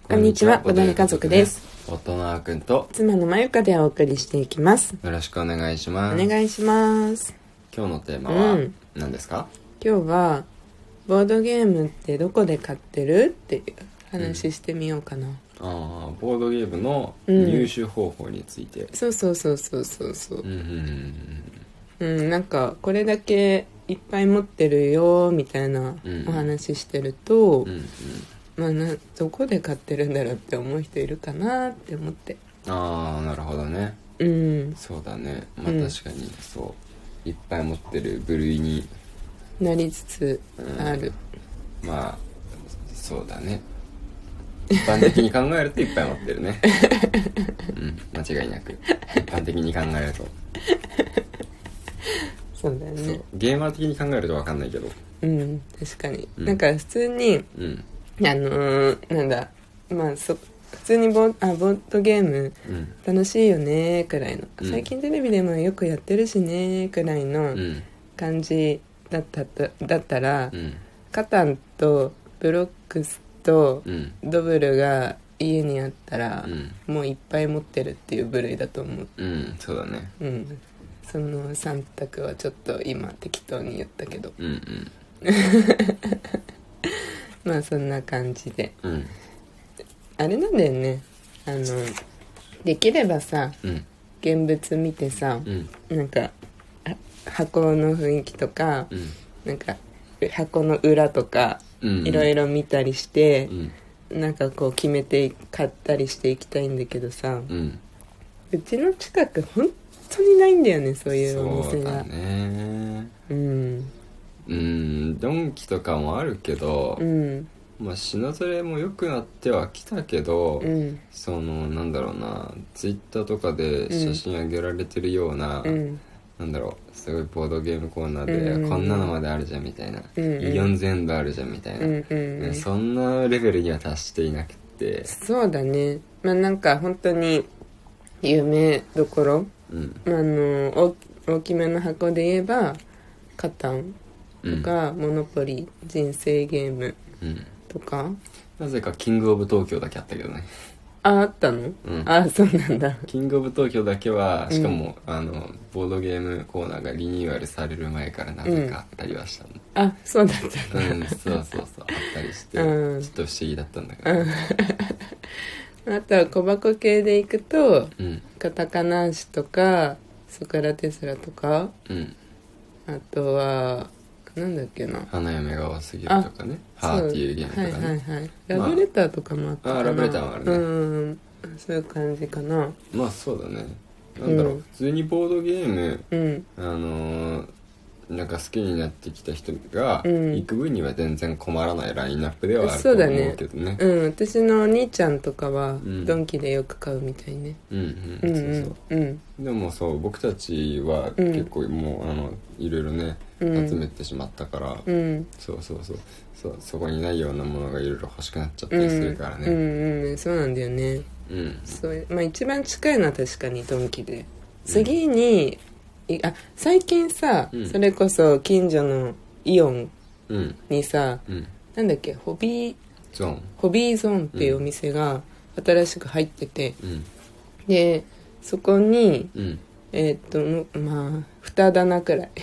こんにちは、ボドゲ家族です。 夫のあーくんと妻のまゆかでお送りしていきます。 よろしくお願いします。 お願いします。 今日のテーマは何ですか？ 今日はボードゲームってどこで買ってるっていう話してみようかな。 ボードゲームの入手方法について。 そうなんかこれだけいっぱい持ってるよみたいなお話してると、どこで買ってるんだろうって思う人いるかなって思って。 なるほどね。そうだね。確かにそういっぱい持ってる部類になりつつある。 そうだね。一般的に考えるといっぱい持ってるね。間違いなく一般的に考えるとそうだよね。 ゲーマー的に考えると分かんないけど、 確かに、なんか普通に、普通にボードゲーム楽しいよねくらいの、最近テレビでもよくやってるしねくらいの感じだったら、カタンとブロックスとドブルが家にあったら、もういっぱい持ってるっていう部類だと思う。 そうだね。 その3択はちょっと今適当に言ったけど、そんな感じで、あれなんだよね。できればさ、現物見てさ、なんか箱の雰囲気とか、なんか箱の裏とか、いろいろ見たりして、なんかこう決めて買ったりしていきたいんだけどさ、うちの近く本当にないんだよね、そういうお店が。そうだね。 ドンキとかもあるけど、品ぞれも良くなってはきたけど、なんだろうな、ツイッターとかで写真上げられてるような、なんだろう、すごいボードゲームコーナーで、こんなのまであるじゃんみたいな、イオン全部あるじゃんみたいな、そんなレベルには達していなくて。そうだね。 なんか本当に有名どころ、大きめの箱で言えばカタンとか、モノポリ、人生ゲームとか、 なぜかキングオブ東京だけあったけどね。 あったの？そうなんだ。 キングオブ東京だけはしかも、ボードゲームコーナーがリニューアルされる前からなぜかあったりはしたの。 そうだったんだ。 そうあったりして、ちょっと不思議だったんだけど、 あとは小箱系でいくと、カタカナーシとかソクラテスラとか、あとはなんだっけな、 花嫁が多すぎるとかね、ハーっていうゲームとかね、 ラブレターとかもあったかな。 ラブレターもあるね。 そういう感じかな。 そうだね。なんだろう、普通にボードゲーム、なんか好きになってきた人が行く分には全然困らないラインナップではあると思うけどね。 私のお兄ちゃんとかはドンキでよく買うみたいね。でも僕たちは結構もういろいろね集めてしまったから、そこにないようなものがいろいろ欲しくなっちゃったりするからね。 そうなんだよね。一番近いのは確かにドンキで、次に最近さ、それこそ近所のイオンにさ、なんだっけ、ホビーゾーンっていうお店が新しく入ってて、でそこに、2棚くらい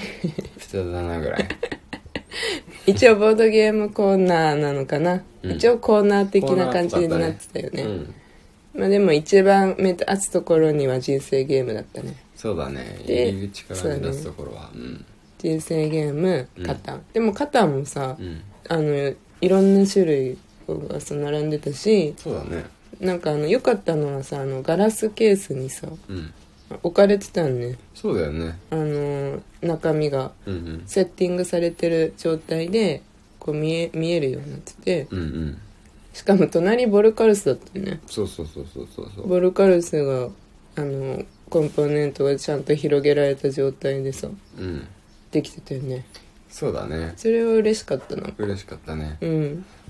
2棚ぐらい一応ボードゲームコーナーなのかな、一応コーナー的な感じになってたよね。でも一番目立つところには人生ゲームだったね。 そうだね。入り口から目立つところは、 人生ゲーム、カタン、でもカタンもさ、いろんな種類が並んでたし、 そうだね。 なんか良かったのはさ、ガラスケースにさ、置かれてたんね。 そうだよね。 中身がセッティングされてる状態でこう見えるようになってて、しかも隣ボルカルスだったよね。 そうボルカルスがコンポーネントがちゃんと広げられた状態でさ、できてたよね。 そうだね。 それは嬉しかったな。 嬉しかったね。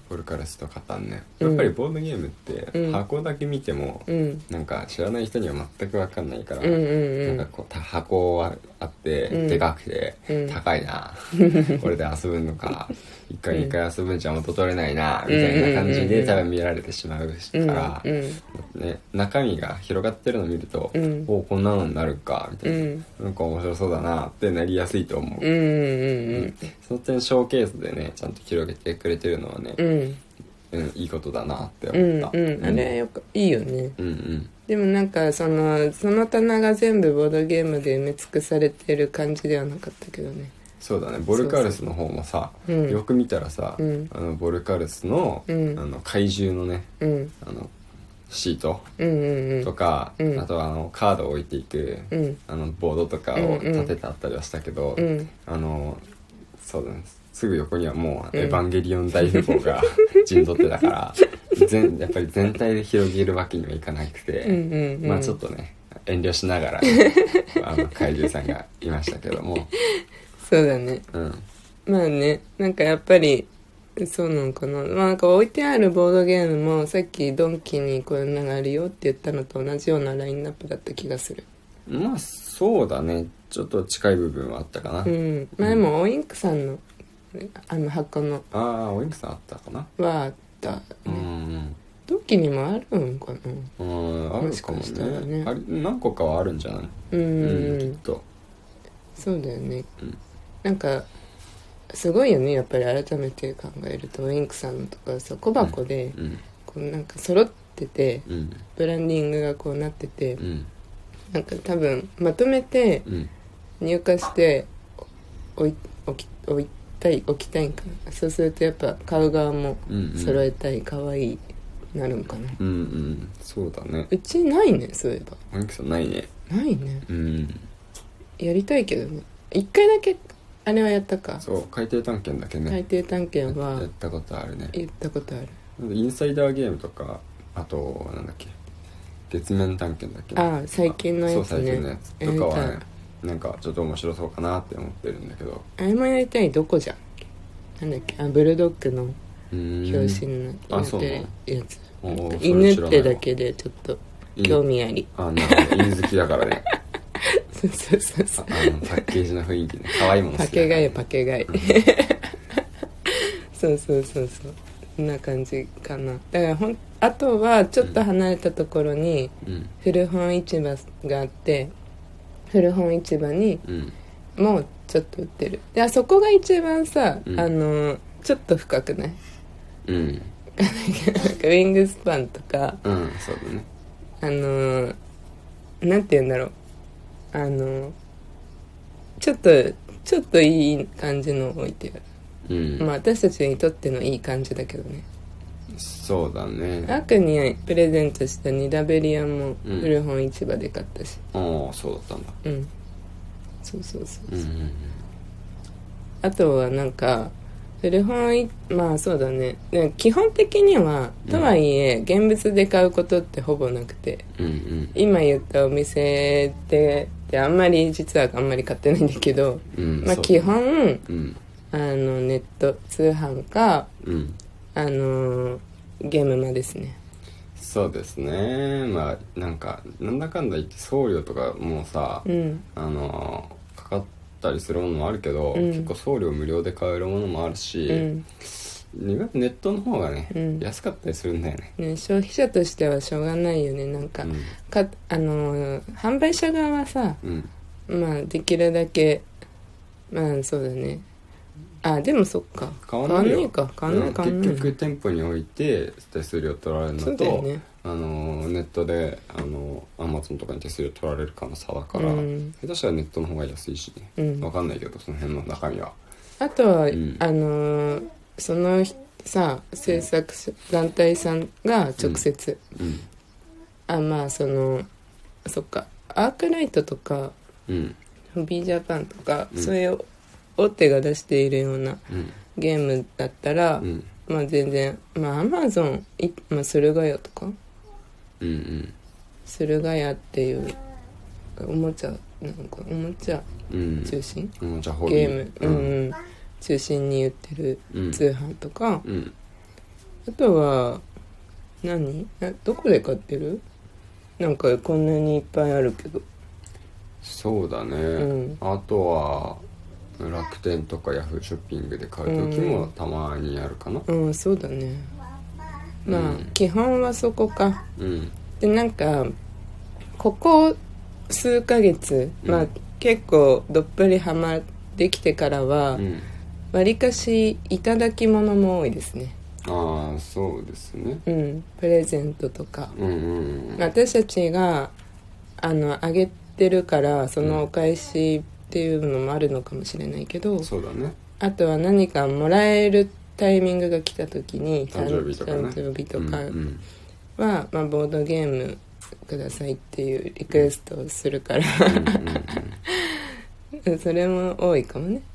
ボルカルスとカタンね、やっぱりボードゲームって箱だけ見ても、なんか知らない人には全く分かんないから、なんかこう箱はあって、でかくて、高いなこれで遊ぶのか1回2回遊ぶんじゃ元取れないなみたいな感じで多分見られてしまうから、ね、中身が広がってるのを見ると、おこんなのになるかみたいな、なんか面白そうだなってなりやすいと思う。その点ショーケースでねちゃんと広げてくれてるのはね、いいことだなって思った。 あれいいよね。でもなんかその棚が全部ボードゲームで埋め尽くされてる感じではなかったけどね。 そうだね。ボルカルスの方もさ、よく見たらさ、ボルカルスの、怪獣のね、シートとか、あとはカードを置いていく、ボードとかを立ててあったりはしたけど、そうだね、すぐ横にはもうエヴァンゲリオン大富豪が陣取ってたから、やっぱり全体で広げるわけにはいかなくて、まあちょっとね遠慮しながら、怪獣さんがいましたけどもそうだね、まあね、なんかやっぱりそうなのかな。まあなんか置いてあるボードゲームもさっきドンキにこういうのがあるよって言ったのと同じようなラインナップだった気がする。 まあそうだね、ちょっと近い部分はあったかな。 まあでもオインクさんの箱のオインクさんあったかなはあったね。ドンキにもあるんかな。 あるかもね。あれ何個かはあるんじゃない？きっと。そうだよね。なんかすごいよね、やっぱり改めて考えると。ウィンクさんのとかさ、小箱でこうなんか揃ってて、ブランディングがこうなってて、なんか多分まとめて入荷して置きたいんかな。そうするとやっぱ買う側も揃えたい、可愛いなるんかな。 そうだね。 うちないね、そういえば。 ウィンクさんないね。 ないね。やりたいけどね。一回だけあれはやったか。 そう、海底探検だけね。 海底探検はやったことあるね。 やったことある。 インサイダーゲームとか、あとなんだっけ、月面探検だっけ、 最近のやつね。 そう、最近のやつとかはね、なんかちょっと面白そうかなって思ってるんだけど。 あれもやりたい。どこじゃん、なんだっけ、ブルドッグの表紙になってるやつ。犬ってだけでちょっと興味あり。 なるほど、犬好きだからねそうパッケージの雰囲気ね、可愛いもの好きだから。パケ買いそうそんな感じかな。だからあとはちょっと離れたところに古本市場があって、古本市場にもうちょっと売ってる。で、そこが一番さ、ちょっと深くない？なんかウィングスパンとか、 そうだね。 なんて言うんだろう、ちょっといい感じの置いてある。まあ私たちにとってのいい感じだけどね。 そうだね。 アクにプレゼントしたニダベリアンも古本市場で買ったし。 そうだったんだ。 そう、あとはなんか古本まあそうだね、基本的にはとはいえ現物で買うことってほぼなくて、今言ったお店であんまり実はあんまり買ってないんだけど、まあ基本、ネット通販か、ゲームマですね。 そうですね。まあなんかなんだかんだ言って送料とかもさ、かかったりするものもあるけど、結構送料無料で買えるものもあるし、ネットの方がね、安かったりするんだよね。 消費者としてはしょうがないよね。なんか、販売者側はさ、まあできるだけ、まあそうだね。でもそっか、 変わんないよ。 結局店舗に置いて手数料取られるのと、ネットでAmazon とかに手数料取られるかの差だから、下手したらネットの方が安いしね、分かんないけどその辺の中身は。あとは、そのさ制作団体さんが直接、まあそっか、アークライトとか、ホビージャパンとか、そういう大手が出しているようなゲームだったら、まあ全然、まあ Amazon、駿河屋とか、駿河屋っていうおもちゃ中心、ゲーム、中心に売ってる通販とか、 あとはどこで買ってる？なんかこんなにいっぱいあるけど。 そうだね、あとは楽天とかヤフーショッピングで買う時もたまにあるかな。 そうだね。まあ、基本はそこか。でなんかここ数ヶ月、まあ結構どっぷりハマってきてからはわりかしいただき物も多いですね。 ああ、そうですね。 プレゼントとか、私たちがあげてるからそのお返しっていうのもあるのかもしれないけど、 そうだね。 あとは何かもらえるタイミングが来た時に誕生日とかね、 誕生日とかは、まあ、ボードゲームくださいっていうリクエストをするからそれも多いかもね。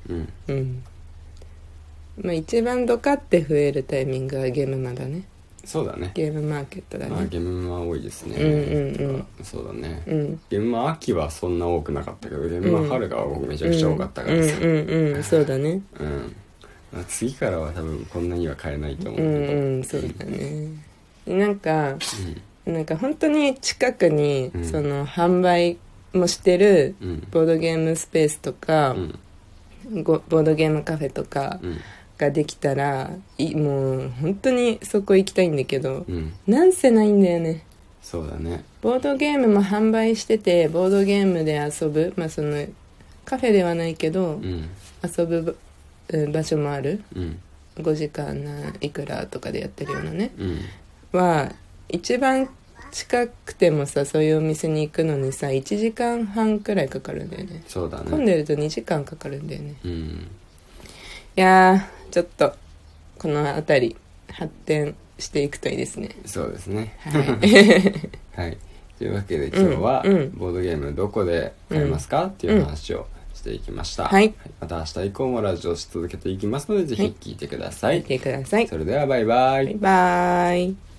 まあ一番ドカって増えるタイミングはゲームマだね。 そうだね。 ゲームマーケットだね。 ゲームマ多いですね。そうだね。ゲームマ秋はそんな多くなかったけど、ゲームマ春がめちゃくちゃ多かったからさ。 そうだね。 次からは多分こんなには買えないと思うけど。 そうだね。なんか本当に近くにその販売もしてるボードゲームスペースとか、ボードゲームカフェとかができたら、もう本当にそこ行きたいんだけど、なんせないんだよね。 そうだね。 ボードゲームも販売してて、ボードゲームで遊ぶ、まあそのカフェではないけど、遊ぶ場所もある、5時間いくらとかでやってるようなね、は一番近くてもさ、そういうお店に行くのにさ1時間半くらいかかるんだよね。 そうだね。 混んでると2時間かかるんだよね。いやー、ちょっとこの辺り発展していくといいですね。 そうですね。はい。というわけで今日は、ボードゲームどこで買えますか、っていう話をしていきました。また明日以降もラジオし続けていきますので、ぜひ聞いてください。 聞いてください。 それではバイバイ。 バイバイ。